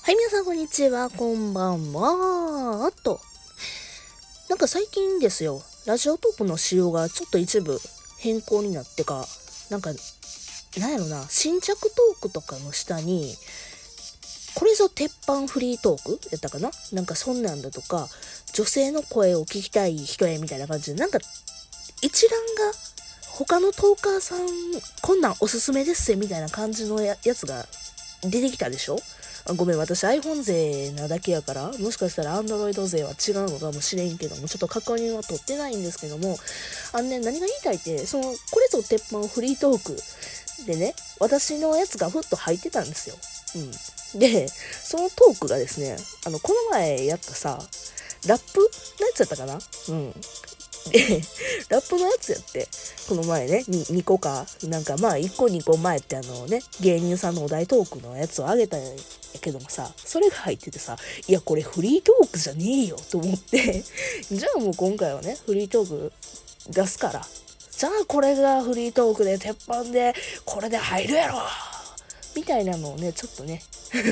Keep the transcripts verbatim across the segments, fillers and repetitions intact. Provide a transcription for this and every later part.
はい、皆さんこんにちは、こんばんは。あと、なんか最近ですよ、ラジオトークの仕様がちょっと一部変更になってか、なんか、なんやろな、新着トークとかの下に、これぞ鉄板フリートークやったかな、なんかそんなんだとか、女性の声を聞きたい人へみたいな感じで、なんか一覧が他のトーカーさん、こんなんおすすめですみたいな感じの や, やつが出てきたでしょ。あごめん、私 iPhone 勢なだけやから、もしかしたら Android 勢は違うのかもしれんけども、ちょっと確認は取ってないんですけども、あのね、何が言いたいって、その、これぞ鉄板フリートークでね、私のやつがふっと入ってたんですよ。うん。で、そのトークがですね、あの、この前やったさ、ラップのやつやったかな。うん。で、ラップのやつやって、この前ね、に, にこか、なんかまあいっこにこまえってあのね、芸人さんのお題トークのやつをあげたんやけどもさ、それが入っててさ、いやこれフリートークじゃねえよと思って、じゃあもう今回はね、フリートーク出すから、じゃあこれがフリートークで鉄板で、これで入るやろみたいなのをね、ちょっとね、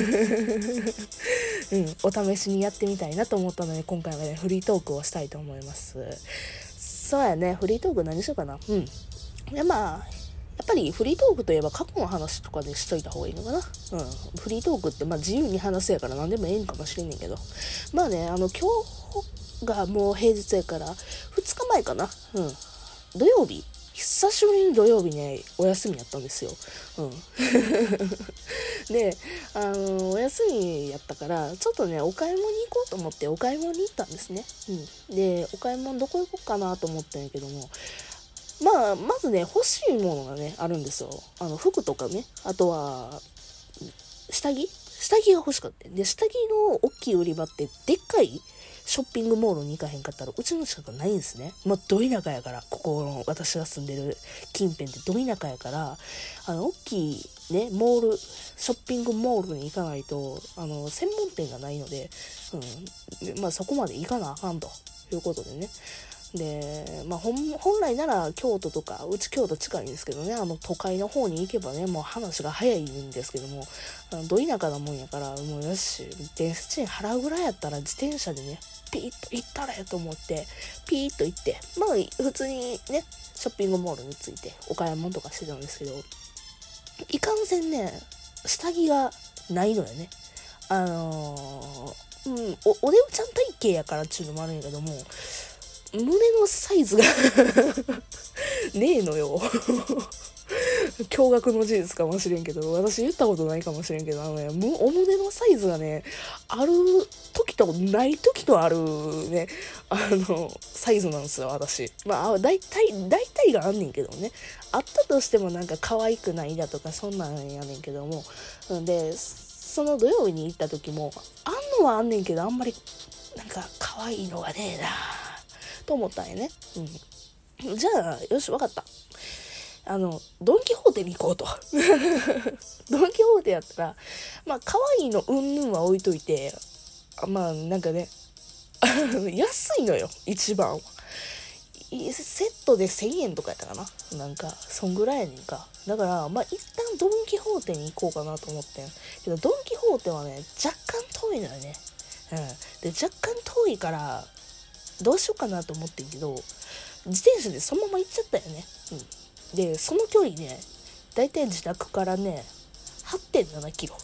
うん、お試しにやってみたいなと思ったので、今回はね、フリートークをしたいと思います。そうやね、フリートーク何しようかな。うん。で、まあ、やっぱりフリートークといえば過去の話とかでしといた方がいいのかな。うん。フリートークってまあ自由に話すやから何でもええんかもしれんねんけど。まあね、あの、今日がもう平日やから、ふつかまえかな。うん。土曜日。久しぶりに土曜日ね、お休みやったんですよ。うん。で、あのー、お休みやったから、ちょっとね、お買い物に行こうと思ってお買い物に行ったんですね。うん。で、お買い物どこ行こうかなと思ったんやけども、まあ、まずね、欲しいものがね、あるんですよ。あの、服とかね、あとは、下着下着が欲しかった。で、下着の大きい売り場って、でっかいショッピングモールに行かへんかったら、うちの近くないんですね。まあ、ど田舎やから、ここの私が住んでる近辺ってど田舎やから、あの、大きいね、モール、ショッピングモールに行かないと、あの、専門店がないので、うん。でまあ、そこまで行かなあかんということでね。で、まあ、本来なら京都とか、うち京都近いんですけどね、あの都会の方に行けばね、もう話が早いんですけども、あのど田舎なもんやから、もうよし、電車賃払うぐらいやったら自転車でね、ピーッと行ったらやと思って、ピーッと行って、まあ、普通にね、ショッピングモールについてお買い物とかしてたんですけど、いかんせんね、下着がないのよね。あのー、うん、お、おデブちゃん体型やからっていうのもあるんやけども、胸のサイズがねえのよ驚愕の事実かもしれんけど、私言ったことないかもしれんけど、あのね、お胸のサイズがね、ある時とない時とあるね、あの、サイズなんですよ、私。まあ、大体、大体があんねんけどね。あったとしてもなんか可愛くないだとか、そんなんやねんけども。で、その土曜日に行った時も、あんのはあんねんけど、あんまり、なんか可愛いのがねえなと思ったんやね。うん。じゃあ、よし、わかった。あの、ドンキホーテに行こうと。ドンキホーテやったら、まあ、可愛いのうんぬんは置いといて、まあ、なんかね、安いのよ、一番は。セットでせんえんとかやったかな。なんか、そんぐらいやねんか。だから、まあ、一旦ドンキホーテに行こうかなと思ってん。けど、ドンキホーテはね、若干遠いのよね。うん。で、若干遠いから、どうしようかなと思ってんけど、自転車でそのまま行っちゃったよね。うん。で、その距離ね、だいたい自宅からね、はってんななキロ。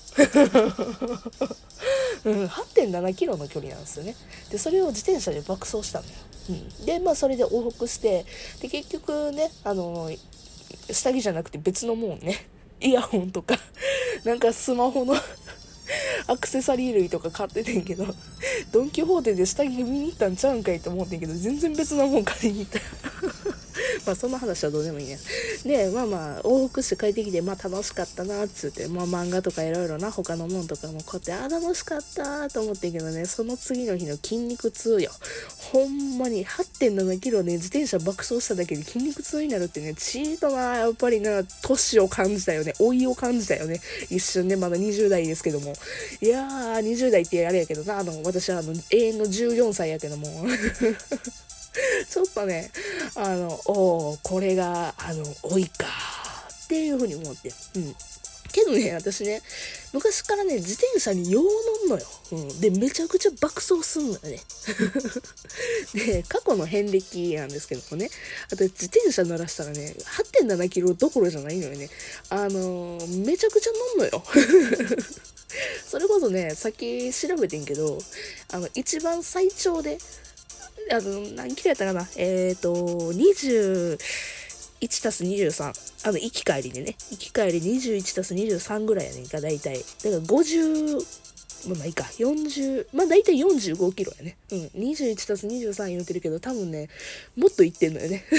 うん、はってんななキロの距離なんですよね。で、それを自転車で爆走したのよ。うん。で、まあ、それで往復して、で、結局ね、あの、下着じゃなくて別のもんね、イヤホンとか、なんかスマホのアクセサリー類とか買っててんけど、ドンキホーテで下着見に行ったんちゃうんかいと思ってんけど、全然別なもん買いに行った。まあそんな話はどうでもいいね。で、まあまあ、往復して帰ってきて、まあ楽しかったな、っつって、まあ漫画とかいろいろな、他のもんとかもこうやって、あ、楽しかったと思ってんけどね、その次の日の筋肉痛よ。ほんまに はってんななキロね、自転車爆走しただけで筋肉痛になるってね、チートな、やっぱりな、年を感じたよね。老いを感じたよね。一瞬ね、まだにじゅう代ですけども。いやー、にじゅう代ってあれやけどな、あの、私はあの、永遠のじゅうよんさいやけども。ちょっとね、あの、おー、これが、あの、老いか、っていうふうに思って。うん。 けどね、私ね、昔からね、自転車によう乗んのよ。うん。で、めちゃくちゃ爆走すんのよね。で、過去の遍歴なんですけどもね、あと自転車乗らしたらね、はってんななキロどころじゃないのよね。あのー、めちゃくちゃ乗んのよ。それこそね、さっき調べてんけど、あの、一番最長で、あの、何キロやったかなえっと、にじゅういちたすにじゅうさん。あの、行き帰りでね。行き帰りにじゅういちたすにじゅうさんぐらいやねんか、だいたい。だからごじゅう、まあ、ないか、よんじゅう、まあ、だいたいよんじゅうごキロやね。うん。にじゅういちたすにじゅうさん言うてるけど、多分ね、もっと行ってんのよね。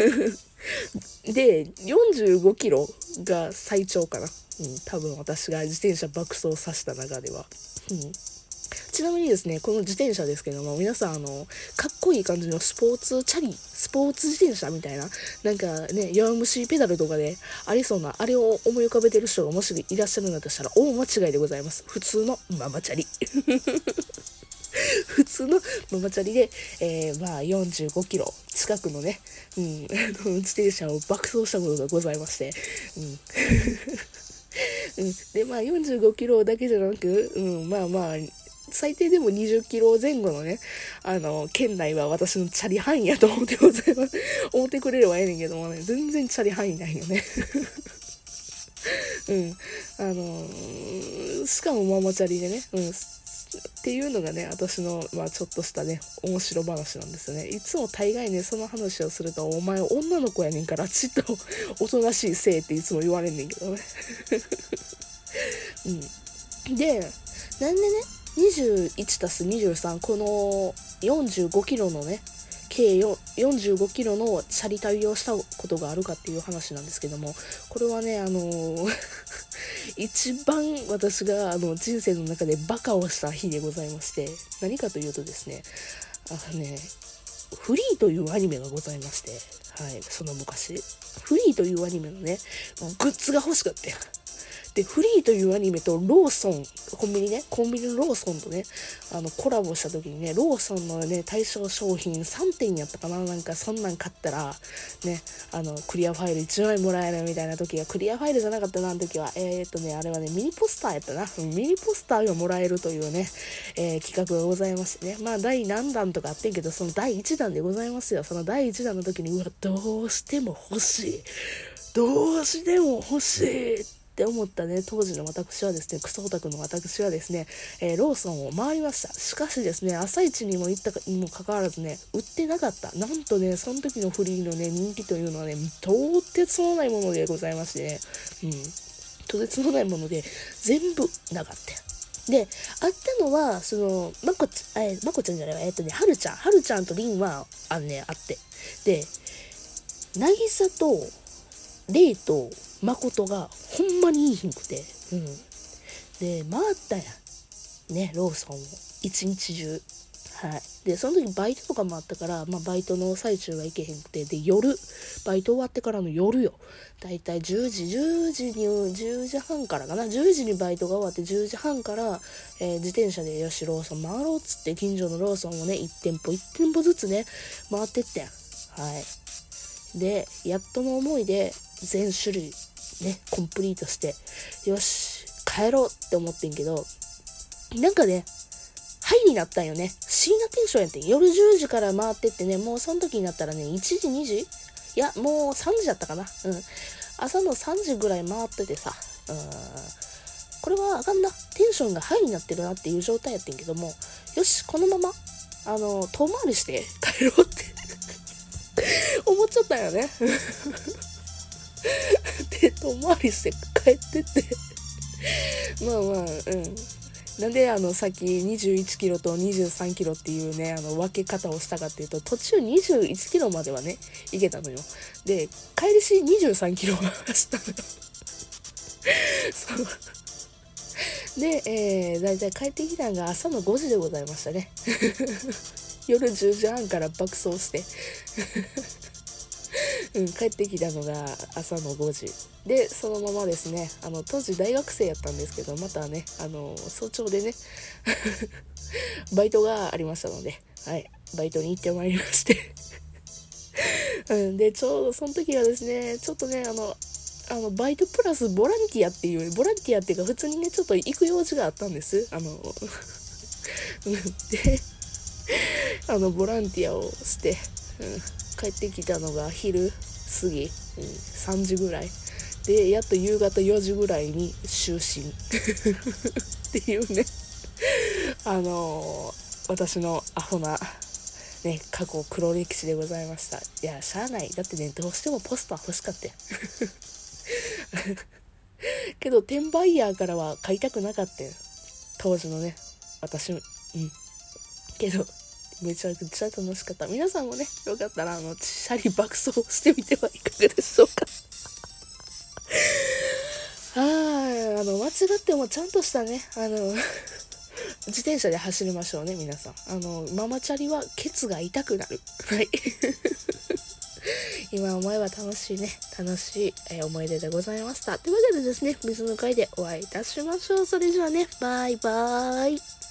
で、よんじゅうごキロが最長かな。うん。多分私が自転車爆走させた中では。うん。ちなみにですね、この自転車ですけども、皆さん、あの、かっこいい感じのスポーツチャリ、スポーツ自転車みたいな、なんかね、弱虫ペダルとかでありそうな、あれを思い浮かべてる人がもしいらっしゃるんだとしたら、大間違いでございます。普通のママチャリ。普通のママチャリで、えー、まあ、よんじゅうごキロ近くのね、うん、自転車を爆走したことがございまして、うん。うん、で、まあ、よんじゅうごキロだけじゃなく、うん、まあまあ、最低でもにじゅっキロぜん後のね、あの、県内は私のチャリ範囲やと思ってございます。思ってくれればええねんけどもね、全然チャリ範囲ないよね。うん。あのー、しかもママチャリでね、うん。っていうのがね、私の、まあちょっとしたね、面白話なんですよね。いつも大概ね、その話をすると、お前女の子やねんから、ちっとおとなしいせいっていつも言われんねんけどね。うん。で、なんでね、にじゅういちたすにじゅうさん、このよんじゅうごキロのね、計よんじゅうごキロのチャリ旅をしたことがあるかっていう話なんですけども、これはね、あのー、一番私があの人生の中でバカをした日でございまして、何かというとですね、あのね、フリーというアニメがございまして、はい、その昔、フリーというアニメのね、グッズが欲しかったよ。で、フリーというアニメとローソン、コンビニね、コンビニのローソンとね、あの、コラボした時にね、ローソンのね、対象商品さんてんやったかな、なんかそんなん買ったら、ね、あの、クリアファイルいちまいもらえるみたいな時が、クリアファイルじゃなかったな、あの時は、えーっとね、あれはね、ミニポスターやったな。ミニポスターがもらえるというね、えー、企画がございましてね。まあ、第何弾とかあってんけど、そのだいいちだんでございますよ。そのだいいちだんの時に、うわ、どうしても欲しい。どうしても欲しい。って思ったね、当時の私はですね、クソオタクの私はですね、えー、ローソンを回りました。しかしですね、朝一にも行ったにもかかわらずね、売ってなかった。なんとね、その時のフリーのね、人気というのはね、とてつもないものでございましてね、うん、とてつもないもので、全部なかった。で、あったのは、その、まこちゃん、え、まこちゃんじゃないわ、えっとね、はるちゃん、はるちゃんとりんは、あのね、あって。で、なぎさと、レイと、誠がほんまにいいひんくて、うん。で、回ったやん。ね、ローソンを。一日中。はい。で、その時バイトとかもあったから、まあバイトの最中が行けへんくて、で、夜、バイト終わってからの夜よ。だいたいじゅうじ、じゅうじに、じゅうじはんからかな。じゅうじにバイトが終わってじゅうじはんから、えー、自転車でよし、ローソン回ろうっつって、近所のローソンをね、いち店舗、いち店舗ずつね、回ってってん。はい。で、やっとの思いで、全種類、ね、コンプリートして、よし、帰ろうって思ってんけど、なんかね、ハイになったんよね。不思議なテンションやってん。夜じゅうじから回ってってね、もうその時になったらね、いちじ、にじいや、もうさんじだったかな。うん。朝のさんじぐらい回っててさ、うん。これはあかんな。テンションがハイになってるなっていう状態やってんけども、よし、このまま、あの、遠回りして帰ろうって思っちゃったよね。で、遠回りして帰ってってまあまあ、うん。なんで、あの、さっきにじゅういちキロとにじゅうさんキロっていうね、あの、分け方をしたかっていうと、途中にじゅういちキロまではね、行けたのよ。で、帰りしにじゅうさんキロは走ったのよ。そう。で、えー、だいたい帰ってきたのが朝のごじでございましたね。夜じゅうじはんから爆走してうん、帰ってきたのが朝のごじで、そのままですね、あの当時大学生やったんですけど、またね、あの早朝でねバイトがありましたので、はい、バイトに行ってまいりましてうん、でちょうどその時はですね、ちょっとね、あのあのバイトプラスボランティアっていうボランティアっていうか普通にねちょっと行く用事があったんです。あのであのボランティアをして、うん、帰ってきたのが昼過ぎ、うん、さんじぐらいで、やっと夕方よじぐらいに就寝っていうねあのー、私のアホなね過去黒歴史でございました。いやしゃあない、だってねどうしてもポスター欲しかったけど転売ヤーからは買いたくなかった当時のね私。うんけどめちゃくちゃ楽しかった。皆さんもねよかったらあのシャリ爆走してみてはいかがでしょうかはい、あの間違ってもちゃんとしたねあの自転車で走りましょうね皆さん。あのママチャリはケツが痛くなるはい今思えば楽しいね楽しい、えー、思い出でございました。というわけでですね、別の回でお会いいたしましょう。それじゃあね、バイバーイ。